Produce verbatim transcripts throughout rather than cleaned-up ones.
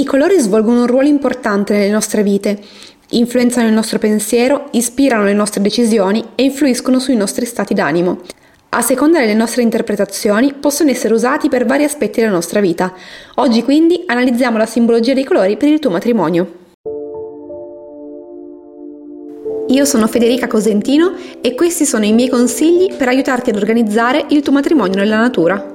I colori svolgono un ruolo importante nelle nostre vite, influenzano il nostro pensiero, ispirano le nostre decisioni e influiscono sui nostri stati d'animo. A seconda delle nostre interpretazioni, possono essere usati per vari aspetti della nostra vita. Oggi quindi analizziamo la simbologia dei colori per il tuo matrimonio. Io sono Federica Cosentino e questi sono i miei consigli per aiutarti ad organizzare il tuo matrimonio nella natura.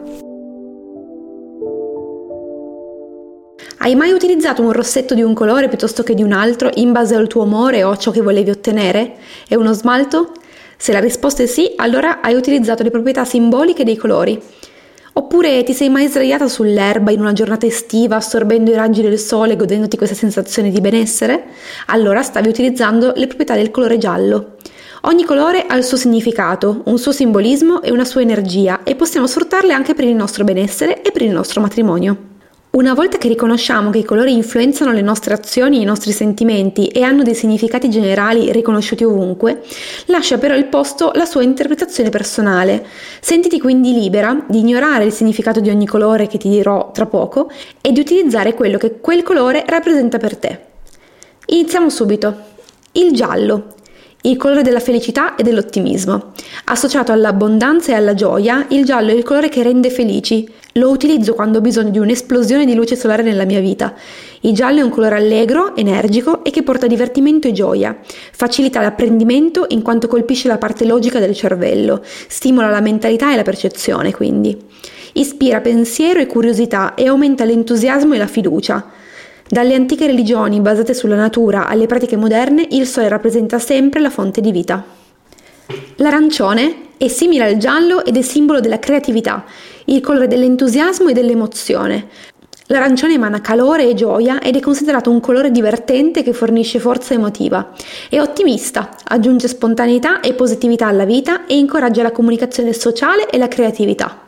Hai mai utilizzato un rossetto di un colore piuttosto che di un altro in base al tuo umore o a ciò che volevi ottenere? È uno smalto? Se la risposta è sì, allora hai utilizzato le proprietà simboliche dei colori. Oppure ti sei mai sdraiata sull'erba in una giornata estiva, assorbendo i raggi del sole e godendoti questa sensazione di benessere? Allora stavi utilizzando le proprietà del colore giallo. Ogni colore ha il suo significato, un suo simbolismo e una sua energia e possiamo sfruttarle anche per il nostro benessere e per il nostro matrimonio. Una volta che riconosciamo che i colori influenzano le nostre azioni e i nostri sentimenti e hanno dei significati generali riconosciuti ovunque, lascia però il posto la sua interpretazione personale. Sentiti quindi libera di ignorare il significato di ogni colore che ti dirò tra poco e di utilizzare quello che quel colore rappresenta per te. Iniziamo subito. Il giallo. Il colore della felicità e dell'ottimismo. Associato all'abbondanza e alla gioia, il giallo è il colore che rende felici. Lo utilizzo quando ho bisogno di un'esplosione di luce solare nella mia vita. Il giallo è un colore allegro, energico e che porta divertimento e gioia. Facilita l'apprendimento in quanto colpisce la parte logica del cervello. Stimola la mentalità e la percezione, quindi. Ispira pensiero e curiosità e aumenta l'entusiasmo e la fiducia. Dalle antiche religioni basate sulla natura alle pratiche moderne, il sole rappresenta sempre la fonte di vita. L'arancione è simile al giallo ed è simbolo della creatività, il colore dell'entusiasmo e dell'emozione. L'arancione emana calore e gioia ed è considerato un colore divertente che fornisce forza emotiva. È ottimista, aggiunge spontaneità e positività alla vita e incoraggia la comunicazione sociale e la creatività.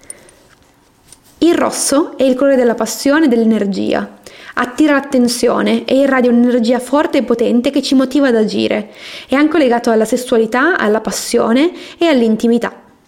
Il rosso è il colore della passione e dell'energia. Attira l'attenzione e irradia un'energia forte e potente che ci motiva ad agire. È anche legato alla sessualità, alla passione e all'intimità.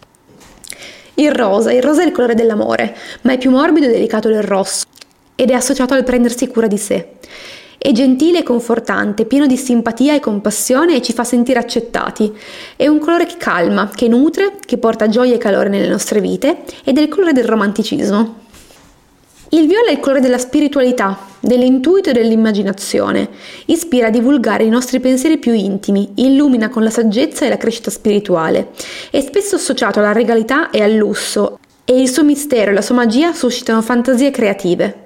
Il rosa. Il rosa è il colore dell'amore, ma è più morbido e delicato del rosso ed è associato al prendersi cura di sé. È gentile e confortante, pieno di simpatia e compassione e ci fa sentire accettati. È un colore che calma, che nutre, che porta gioia e calore nelle nostre vite ed è il colore del romanticismo. Il viola è il colore della spiritualità, dell'intuito e dell'immaginazione. Ispira a divulgare i nostri pensieri più intimi, illumina con la saggezza e la crescita spirituale. È spesso associato alla regalità e al lusso e il suo mistero e la sua magia suscitano fantasie creative.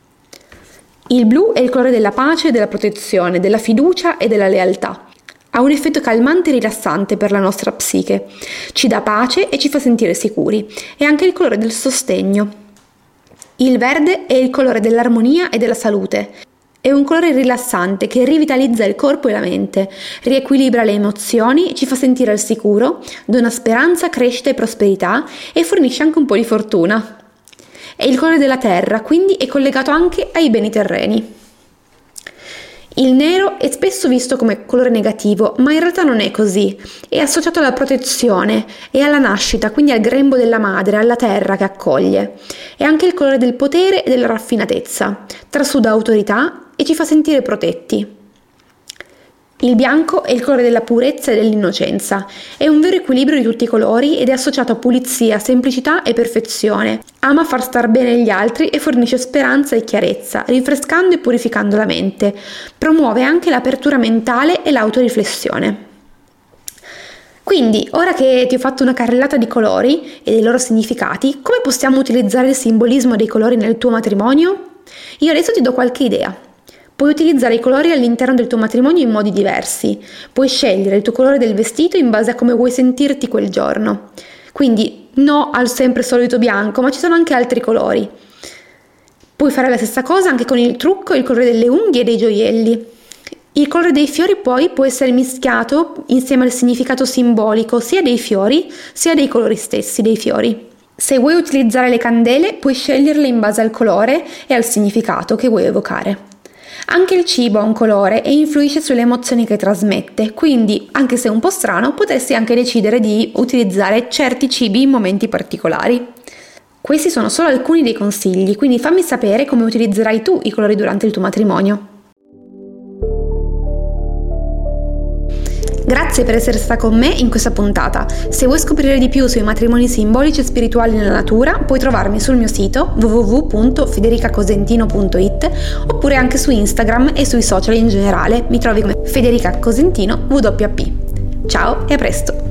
Il blu è il colore della pace, della protezione, della fiducia e della lealtà. Ha un effetto calmante e rilassante per la nostra psiche. Ci dà pace e ci fa sentire sicuri. È anche il colore del sostegno. Il verde è il colore dell'armonia e della salute. È un colore rilassante che rivitalizza il corpo e la mente, riequilibra le emozioni, ci fa sentire al sicuro, dona speranza, crescita e prosperità e fornisce anche un po' di fortuna. È il colore della terra, quindi è collegato anche ai beni terreni. Il nero è spesso visto come colore negativo, ma in realtà non è così. È associato alla protezione e alla nascita, quindi al grembo della madre, alla terra che accoglie. È anche il colore del potere e della raffinatezza, trasuda autorità e ci fa sentire protetti. Il bianco è il colore della purezza e dell'innocenza. È un vero equilibrio di tutti i colori ed è associato a pulizia, semplicità e perfezione. Ama far star bene gli altri e fornisce speranza e chiarezza, rinfrescando e purificando la mente. Promuove anche l'apertura mentale e l'autoriflessione. Quindi, ora che ti ho fatto una carrellata di colori e dei loro significati, come possiamo utilizzare il simbolismo dei colori nel tuo matrimonio? Io adesso ti do qualche idea. Puoi utilizzare i colori all'interno del tuo matrimonio in modi diversi. Puoi scegliere il tuo colore del vestito in base a come vuoi sentirti quel giorno. Quindi no al sempre solito bianco, ma ci sono anche altri colori. Puoi fare la stessa cosa anche con il trucco e il colore delle unghie e dei gioielli. Il colore dei fiori poi può essere mischiato insieme al significato simbolico sia dei fiori sia dei colori stessi dei fiori. Se vuoi utilizzare le candele, puoi sceglierle in base al colore e al significato che vuoi evocare. Anche il cibo ha un colore e influisce sulle emozioni che trasmette, quindi, anche se un po' strano, potresti anche decidere di utilizzare certi cibi in momenti particolari. Questi sono solo alcuni dei consigli, quindi fammi sapere come utilizzerai tu i colori durante il tuo matrimonio. Grazie per essere stata con me in questa puntata. Se vuoi scoprire di più sui matrimoni simbolici e spirituali nella natura, puoi trovarmi sul mio sito w w w punto federica cosentino punto i t oppure anche su Instagram e sui social in generale. Mi trovi come Federica Cosentino W P. Ciao e a presto!